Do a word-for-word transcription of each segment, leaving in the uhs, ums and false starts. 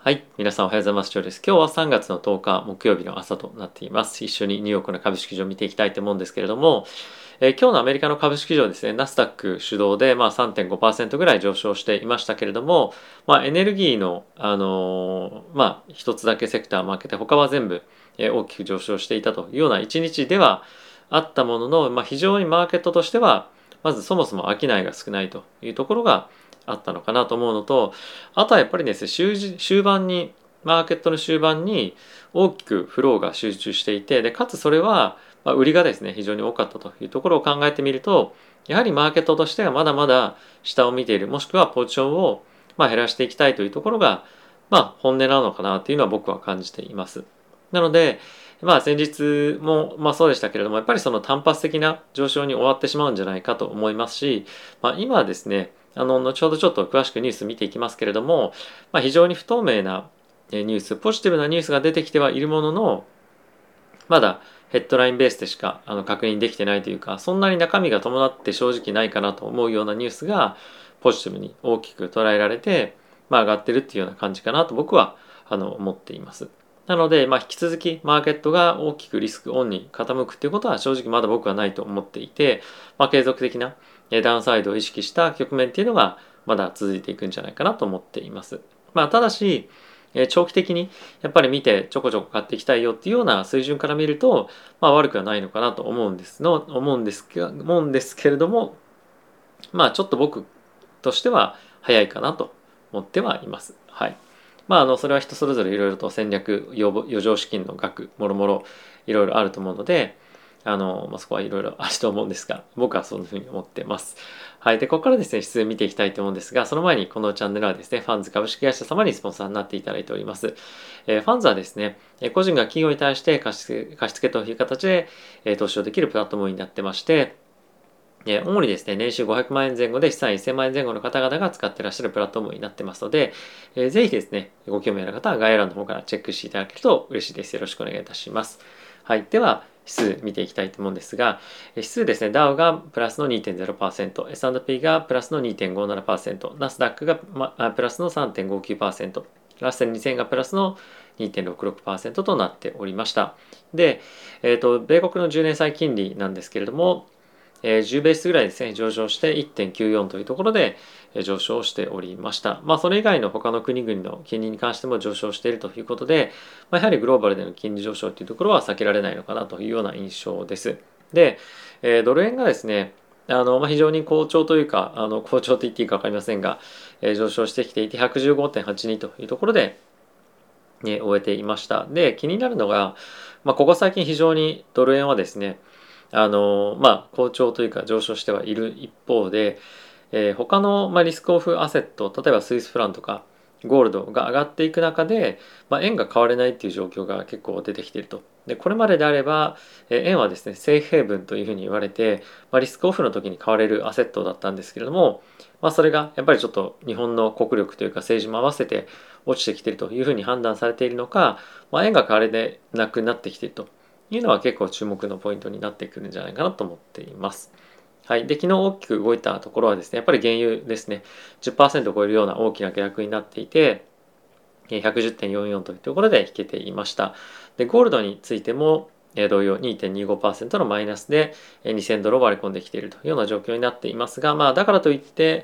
はい。皆さんおはようございます。ジョーです。今日はさんがつのとおか木曜日の朝となっています。一緒にニューヨークの株式市場を見ていきたいと思うんですけれども、えー今日のアメリカの株式市場ですね、ナスダック主導で、まあ、さんてんごパーセントぐらい上昇していましたけれども、まあ、エネルギーの、あのーまあ、一つだけセクター負けて、他は全部、えー大きく上昇していたというような一日ではあったものの、まあ、非常にマーケットとしては、まずそもそも商いが少ないというところがあったのかなと思うのと、あとはやっぱりですね、終終盤に、マーケットの終盤に大きくフローが集中していて、で、かつそれは、まあ、売りがですね、非常に多かったというところを考えてみると、やはりマーケットとしてはまだまだ下を見ている、もしくはポジションをまあ減らしていきたいというところが、まあ本音なのかなというのは僕は感じています。なので、まあ先日もまあそうでしたけれども、やっぱりその単発的な上昇に終わってしまうんじゃないかと思いますし、まあ今はですね、あの、後ほどちょっと詳しくニュース見ていきますけれども、まあ、非常に不透明なニュース、ポジティブなニュースが出てきてはいるものの、まだヘッドラインベースでしかあの確認できてないというか、そんなに中身が伴って正直ないかなと思うようなニュースがポジティブに大きく捉えられて、まあ、上がってるっていうような感じかなと僕はあの思っています。なので、まあ、引き続きマーケットが大きくリスクオンに傾くっていうことは正直まだ僕はないと思っていて、まあ、継続的なダウンサイドを意識した局面っていうのがまだ続いていくんじゃないかなと思っています。まあ、ただし、長期的にやっぱり見てちょこちょこ買っていきたいよっていうような水準から見ると、まあ、悪くはないのかなと思うんですの思うんですけ思うんですけれども、まあちょっと僕としては早いかなと思ってはいます。はい。まああのそれは人それぞれいろいろと戦略、余剰資金の額もろもろいろいろあると思うので、あの、まあ、そこはいろいろあると思うんですが、僕はそんなふうに思ってます。はい。で、ここからですね、指数見ていきたいと思うんですが、その前にこのチャンネルはですね、ファンズ株式会社様にスポンサーになっていただいております。えーファンズはですね、個人が企業に対して貸し貸付という形で、えー投資をできるプラットフォームになってまして、え主にですね、年収ごひゃくまん円前後で資産せんまん円前後の方々が使っていらっしゃるプラットフォームになってますので、えーぜひですね、ご興味ある方は概要欄の方からチェックしていただけると嬉しいです。よろしくお願いいたします。はい。では、指数見ていきたいと思うんですが、指数ですね、ダウがプラスのにてんぜろパーセント、エスアンドピー がプラスのにてんごななパーセント、ナスダックがプラスのさんてんごきゅうパーセント、ラッセルにせんがプラスのにてんろくろくパーセントとなっておりました。で、えっ、ー、と、米国のじゅうねん債金利なんですけれども、えー、じゅうベースぐらいですね、上昇して いってんきゅうよん というところで上昇しておりました。まあ、それ以外の他の国々の金利に関しても上昇しているということで、まあ、やはりグローバルでの金利上昇というところは避けられないのかなというような印象です。で、えー、ドル円がですね、あの、まあ、非常に好調というか、あの、好調と言っていいか分かりませんが、えー、上昇してきていて ひゃくじゅうごてんはちに というところで、ね、終えていました。で、気になるのが、まあ、ここ最近非常にドル円はですね、あのまあ好調というか上昇してはいる一方で、えー、他の、まあ、リスクオフアセット、例えばスイスフランとかゴールドが上がっていく中で、まあ、円が買われないっていう状況が結構出てきていると。でこれまでであれば、えー、円はですねセーフヘイブンというふうに言われて、まあ、リスクオフの時に買われるアセットだったんですけれども、まあ、それがやっぱりちょっと日本の国力というか政治も合わせて落ちてきているというふうに判断されているのか、まあ、円が買われなくなってきているというのは結構注目のポイントになってくるんじゃないかなと思っています。はい。で、昨日大きく動いたところはですね、やっぱり原油ですね、じゅっパーセントを超えるような大きな下落になっていて、ひゃくじゅってんよんよんというところで引けていました。で、ゴールドについても、同様 にてんにじゅうごパーセント のマイナスでにせんドルを割り込んできているというような状況になっていますが、まあだからといって、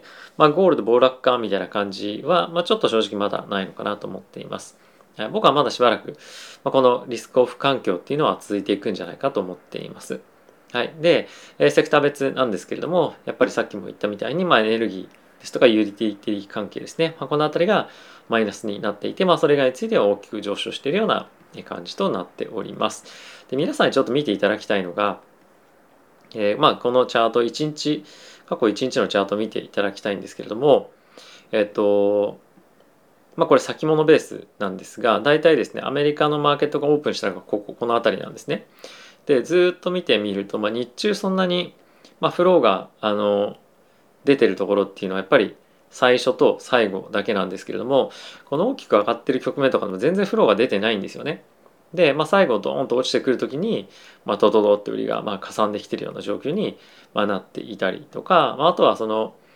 まあゴールド暴落感みたいな感じは、まあちょっと正直まだないのかなと思っています。僕はまだしばらく、このリスクオフ環境っていうのは続いていくんじゃないかと思っています。はい。で、セクター別なんですけれども、やっぱりさっきも言ったみたいに、まあエネルギーですとかユーティリティ関係ですね。まあ、このあたりがマイナスになっていて、まあそれ以外については大きく上昇しているような感じとなっております。で、皆さんにちょっと見ていただきたいのが、えー、まあこのチャートいちにち、過去いちにちのチャートを見ていただきたいんですけれども、えっと、まあこれ先物ベースなんですが、大体ですね、アメリカのマーケットがオープンしたのがここ、この辺りなんですね。で、ずっと見てみると、まあ日中そんなに、まあフローが、あの、出てるところっていうのはやっぱり最初と最後だけなんですけれども、この大きく上がってる局面とかでも全然フローが出てないんですよね。で、まあ、最後ドーンと落ちてくるときに、まあ、ドドドって売りがまあかさんできてるような状況にまあなっていたりとか、まあ、あとはその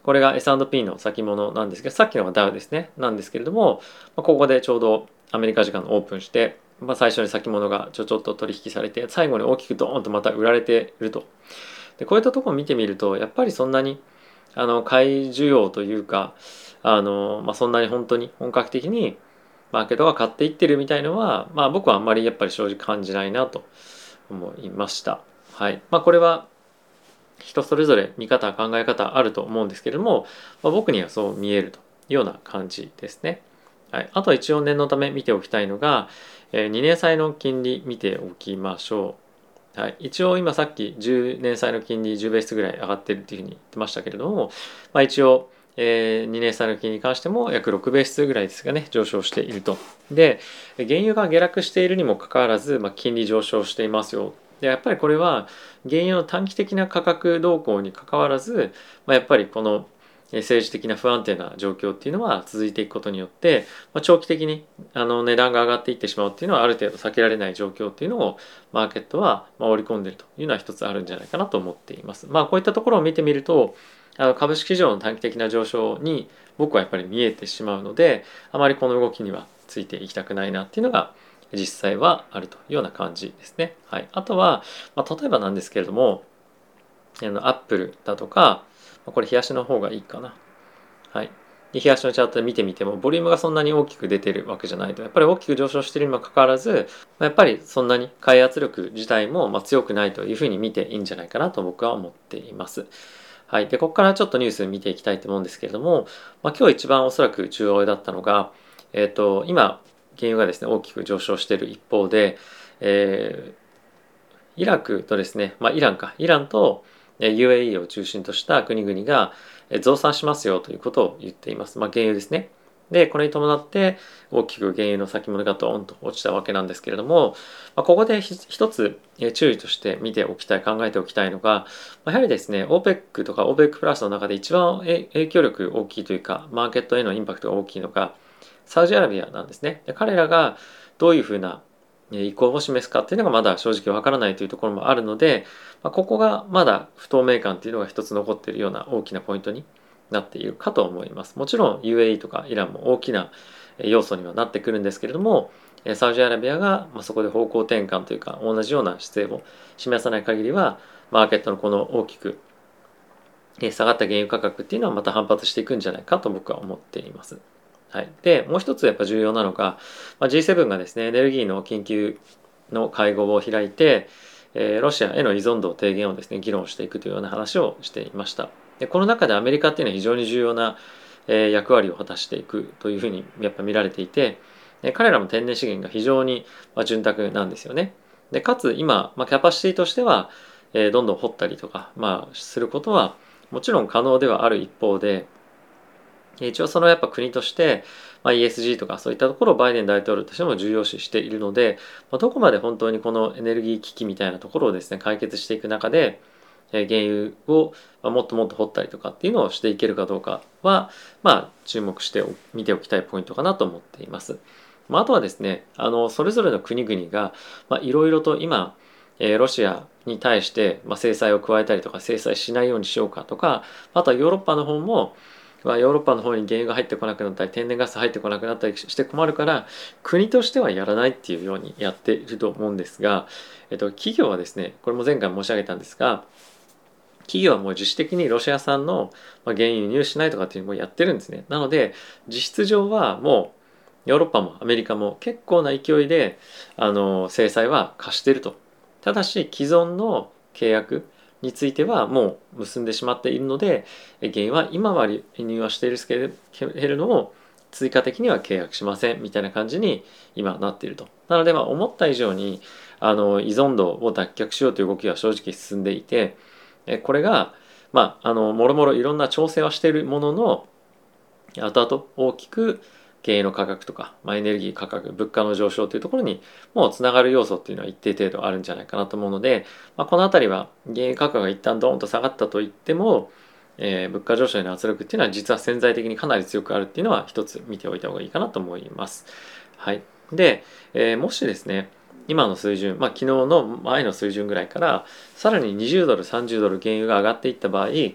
これが エスアンドピー の先物なんですけど、さっきのがダウですね。なんですけれども、まあ、ここでちょうどアメリカ時間のオープンして、まあ、最初に先物がちょちょっと取引されて、最後に大きくドーンとまた売られていると。で、こういったところを見てみると、やっぱりそんなにあの買い需要というか、あの、まあ、そんなに本当に本格的にマーケットが買っていってるみたいのは、まあ、僕はあんまりやっぱり正直感じないなと思いました。はい。まあ、これは人それぞれ見方考え方あると思うんですけれども、まあ、僕にはそう見えるというような感じですね。はい、あと一応念のため見ておきたいのが、えー、にねん債の金利見ておきましょう。はい、一応今さっきじゅうねん債の金利じゅうベースぐらい上がってるっていうふうに言ってましたけれども、まあ、一応、えー、にねん債の金利に関しても約ろくベースぐらいですがね上昇していると。で原油が下落しているにもかかわらず、まあ、金利上昇していますよ。でやっぱりこれは原油の短期的な価格動向にかかわらず、まあ、やっぱりこの政治的な不安定な状況っていうのは続いていくことによって、まあ、長期的にあの値段が上がっていってしまうっていうのはある程度避けられない状況っていうのをマーケットは織り込んでいるというのは一つあるんじゃないかなと思っています。まあこういったところを見てみるとあの株式市場の短期的な上昇に僕はやっぱり見えてしまうので、あまりこの動きにはついていきたくないなっていうのが実際はあるというような感じですね。はい、あとは、まあ、例えばなんですけれどもあのアップルだとか、これ冷やしの方がいいかな。はい。で、冷やしのチャートで見てみても、ボリュームがそんなに大きく出てるわけじゃないと、やっぱり大きく上昇しているにもかかわらず、やっぱりそんなに買い圧力自体もまあ強くないというふうに見ていいんじゃないかなと僕は思っています。はい。で、ここからちょっとニュース見ていきたいと思うんですけれども、まあ、今日一番おそらく中央だったのが、えっと、今、原油がですね、大きく上昇している一方で、えーイラクとですね、まあ、イランか、イランと ユーエーイー を中心とした国々が増産しますよということを言っています。まあ、原油ですね。で、これに伴って大きく原油の先物がドーンと落ちたわけなんですけれども、まあ、ここで一つ注意として見ておきたい、考えておきたいのが、やはりですね、オーペック とか オーペック プラスの中で一番影響力大きいというか、マーケットへのインパクトが大きいのが、サウジアラビアなんですね。で彼らがどういうふうな意向を示すかっていうのがまだ正直わからないというところもあるので、まあ、ここがまだ不透明感っていうのが一つ残っているような大きなポイントになっているかと思います。もちろん ユーエーイー とかイランも大きな要素にはなってくるんですけれども、サウジアラビアがそこで方向転換というか同じような姿勢を示さない限りは、マーケットのこの大きく下がった原油価格っていうのはまた反発していくんじゃないかと僕は思っています。はい、でもう一つやっぱ重要なのが、まあ、ジーセブン がですねエネルギーの緊急の会合を開いて、えー、ロシアへの依存度低減をですね議論していくというような話をしていました。でこの中でアメリカっていうのは非常に重要な、えー、役割を果たしていくというふうにやっぱ見られていて、彼らも天然資源が非常に潤沢なんですよね。でかつ今、まあ、キャパシティとしては、えー、どんどん掘ったりとか、まあ、することはもちろん可能ではある一方で、一応そのやっぱ国として、まあ、イーエスジー とかそういったところをバイデン大統領としても重要視しているので、まあ、どこまで本当にこのエネルギー危機みたいなところをですね解決していく中で、え原油をもっともっと掘ったりとかっていうのをしていけるかどうかは、まあ、注目して見ておきたいポイントかなと思っています。まあ、あとはですねあのそれぞれの国々がいろいろと今ロシアに対して制裁を加えたりとか制裁しないようにしようかとか、あとはヨーロッパの方もまあ、ヨーロッパの方に原油が入ってこなくなったり天然ガス入ってこなくなったりして困るから国としてはやらないっていうようにやっていると思うんですが、えっと、企業はですねこれも前回申し上げたんですが、企業はもう自主的にロシア産の原油輸入しないとかっていうのをやってるんですね。なので実質上はもうヨーロッパもアメリカも結構な勢いであの制裁は課していると。ただし既存の契約についてはもう結んでしまっているので、原因は今は輸入はしているけれども追加的には契約しませんみたいな感じに今なっていると。なのでまあ思った以上にあの依存度を脱却しようという動きは正直進んでいて、これがまああのもろもろいろんな調整はしているものの後々大きく原油の価格とか、まあ、エネルギー価格物価の上昇というところにもうつながる要素っていうのは一定程度あるんじゃないかなと思うので、まあ、この辺りは原油価格が一旦ドーンと下がったといっても、えー、物価上昇への圧力っていうのは実は潜在的にかなり強くあるっていうのは一つ見ておいた方がいいかなと思います。はい、で、えー、もしですね今の水準、まあ、昨日の前の水準ぐらいからさらににじゅうドルさんじゅうドル原油が上がっていった場合、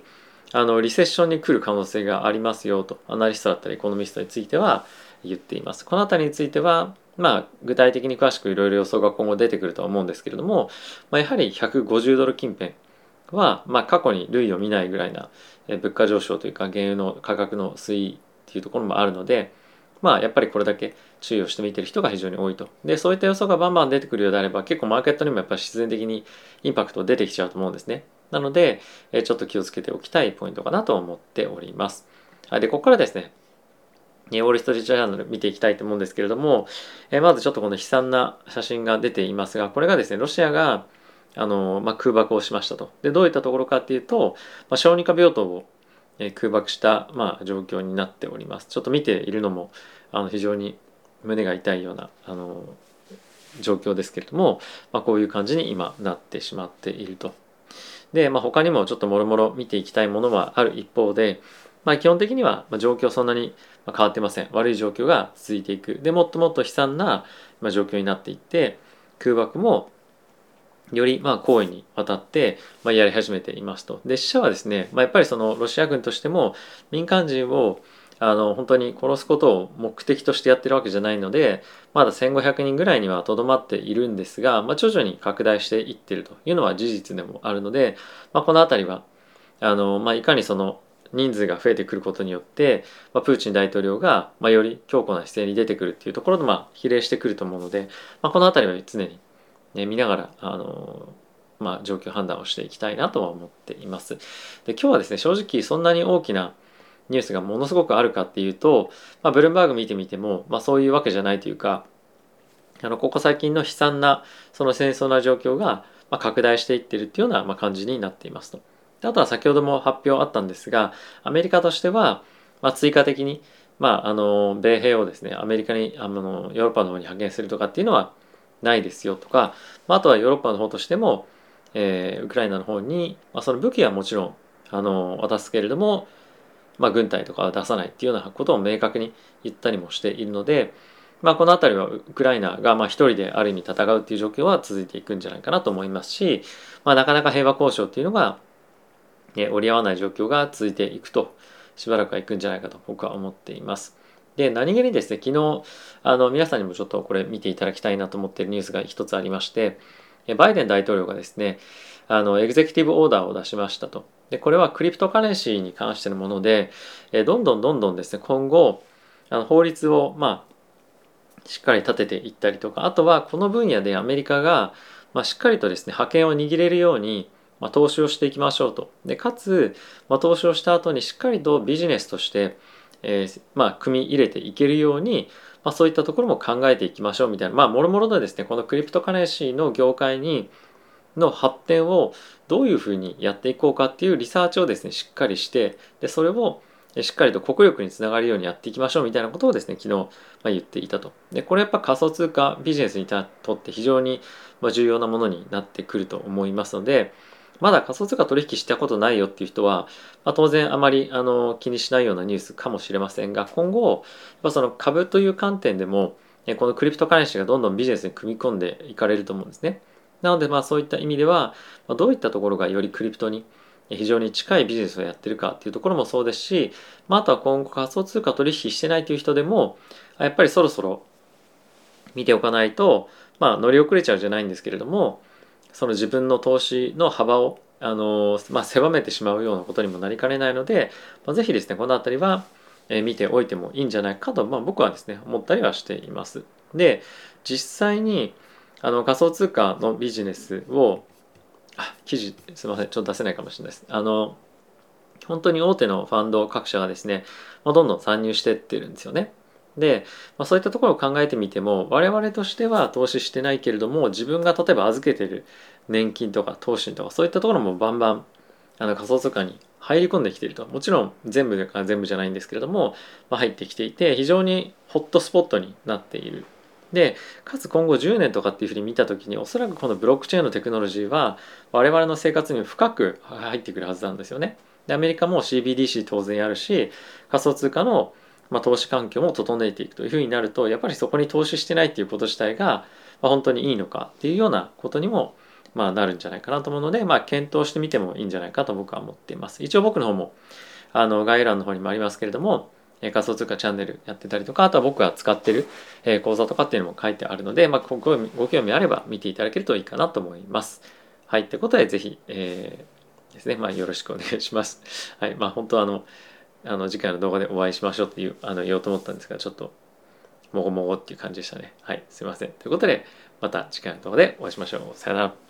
あのリセッションに来る可能性がありますよとアナリストだったりエコノミストについては言っています。この辺りについてはまあ具体的に詳しくいろいろ予想が今後出てくるとは思うんですけれども、まあ、やはりひゃくごじゅうドル近辺は、まあ、過去に類を見ないぐらいな物価上昇というか原油の価格の推移っていうところもあるので、まあやっぱりこれだけ注意をして見てる人が非常に多いと。でそういった予想がバンバン出てくるようであれば結構マーケットにもやっぱり必然的にインパクト出てきちゃうと思うんですね。なのでちょっと気をつけておきたいポイントかなと思っております。でここからですねウォール・ストリート・ジャーナル見ていきたいと思うんですけれども、まずちょっとこの悲惨な写真が出ていますが、これがですねロシアがあの、まあ、空爆をしましたと。でどういったところかっていうと、まあ、小児科病棟を空爆した、まあ、状況になっております。ちょっと見ているのもあの非常に胸が痛いようなあの状況ですけれども、まあ、こういう感じに今なってしまっていると。で、まあ、他にもちょっともろもろ見ていきたいものはある一方で、まあ、基本的には状況そんなに変わってません。悪い状況が続いていく。でもっともっと悲惨な状況になっていって空爆もよりまあ行為にわたってまあやり始めていますと。で死者はですね、まあ、やっぱりそのロシア軍としても民間人をあの本当に殺すことを目的としてやってるわけじゃないのでまだせんごひゃくにんぐらいにはとどまっているんですが、まあ、徐々に拡大していってるというのは事実でもあるので、まあ、この辺りはあの、まあ、いかにその人数が増えてくることによって、まあ、プーチン大統領が、まあ、より強固な姿勢に出てくるっていうところと、まあ、比例してくると思うので、まあ、この辺りは常に、ね、見ながらあの、まあ、状況判断をしていきたいなとは思っています。で今日はですね正直そんなに大きなニュースがものすごくあるかっていうと、まあ、ブルームバーグ見てみても、まあ、そういうわけじゃないというかあのここ最近の悲惨なその戦争な状況がまあ拡大していってるっていうようなまあ感じになっていますと。であとは先ほども発表あったんですがアメリカとしてはまあ追加的にまああの米兵をですねアメリカにあのヨーロッパの方に派遣するとかっていうのはないですよとか、まあ、あとはヨーロッパの方としても、えー、ウクライナの方に、まあ、その武器はもちろんあの渡すけれども、まあ、軍隊とかは出さないっていうようなことを明確に言ったりもしているので、まあ、この辺りはウクライナがまあ一人である意味戦うっていう状況は続いていくんじゃないかなと思いますし、まあ、なかなか平和交渉っていうのが、ね、折り合わない状況が続いていくとしばらくはいくんじゃないかと僕は思っています。で何気にですね昨日あの皆さんにもちょっとこれ見ていただきたいなと思っているニュースが一つありましてバイデン大統領がですねあのエグゼクティブオーダーを出しましたと。でこれはクリプトカレンシーに関してのものでどんどんどんどんですね今後あの法律をまあしっかり立てていったりとかあとはこの分野でアメリカが、まあ、しっかりとですね覇権を握れるように、まあ、投資をしていきましょうと。でかつ、まあ、投資をした後にしっかりとビジネスとして、えーまあ、組み入れていけるように、まあ、そういったところも考えていきましょうみたいなまあもろもろでですねこのクリプトカレンシーの業界にの発展をどういうふうにやっていこうかっていうリサーチをですねしっかりしてでそれをしっかりと国力につながるようにやっていきましょうみたいなことをですね昨日、まあ、言っていたと。でこれやっぱ仮想通貨ビジネスにとって非常に重要なものになってくると思いますのでまだ仮想通貨取引したことないよっていう人は、まあ、当然あまりあの気にしないようなニュースかもしれませんが今後やっぱその株という観点でもこのクリプトカレンシーがどんどんビジネスに組み込んでいかれると思うんですね。なのでまあそういった意味ではどういったところがよりクリプトに非常に近いビジネスをやってるかっていうところもそうですし、まあ、あとは今後仮想通貨取引してないという人でもやっぱりそろそろ見ておかないと、まあ、乗り遅れちゃうじゃないんですけれどもその自分の投資の幅をあの、まあ、狭めてしまうようなことにもなりかねないので、まあ、ぜひですねこの辺りは見ておいてもいいんじゃないかと、まあ、僕はですね思ったりはしています。で実際にあの仮想通貨のビジネスをあ記事すみませんちょっと出せないかもしれないです。あの本当に大手のファンド各社がですね、まあ、どんどん参入していってるんですよね。で、まあ、そういったところを考えてみても我々としては投資してないけれども自分が例えば預けてる年金とか投資とかそういったところもバンバンあの仮想通貨に入り込んできているともちろん全部か全部じゃないんですけれども、まあ、入ってきていて非常にホットスポットになっている。でかつ今後じゅうねんとかっていうふうに見た時におそらくこのブロックチェーンのテクノロジーは我々の生活に深く入ってくるはずなんですよね。でアメリカも シービーディーシー 当然あるし仮想通貨のまあ投資環境も整えていくというふうになるとやっぱりそこに投資してないっていうこと自体がまあ本当にいいのかっていうようなことにもまあ、なるんじゃないかなと思うので、まあ、検討してみてもいいんじゃないかと僕は思っています。一応僕の方もあの概要欄の方にもありますけれども、え仮想通貨チャンネルやってたりとか、あとは僕が使ってる、え講座とかっていうのも書いてあるので、まあ、ごごご興味あれば見ていただけるといいかなと思います。はい、ということでぜひ、えー、ですね、まあ、よろしくお願いします。はい、まあ本当はあの、あの次回の動画でお会いしましょうっていうあの言おうと思ったんですが、ちょっともごもごっていう感じでしたね。はい、すいません。ということで、また次回の動画でお会いしましょう。さよなら。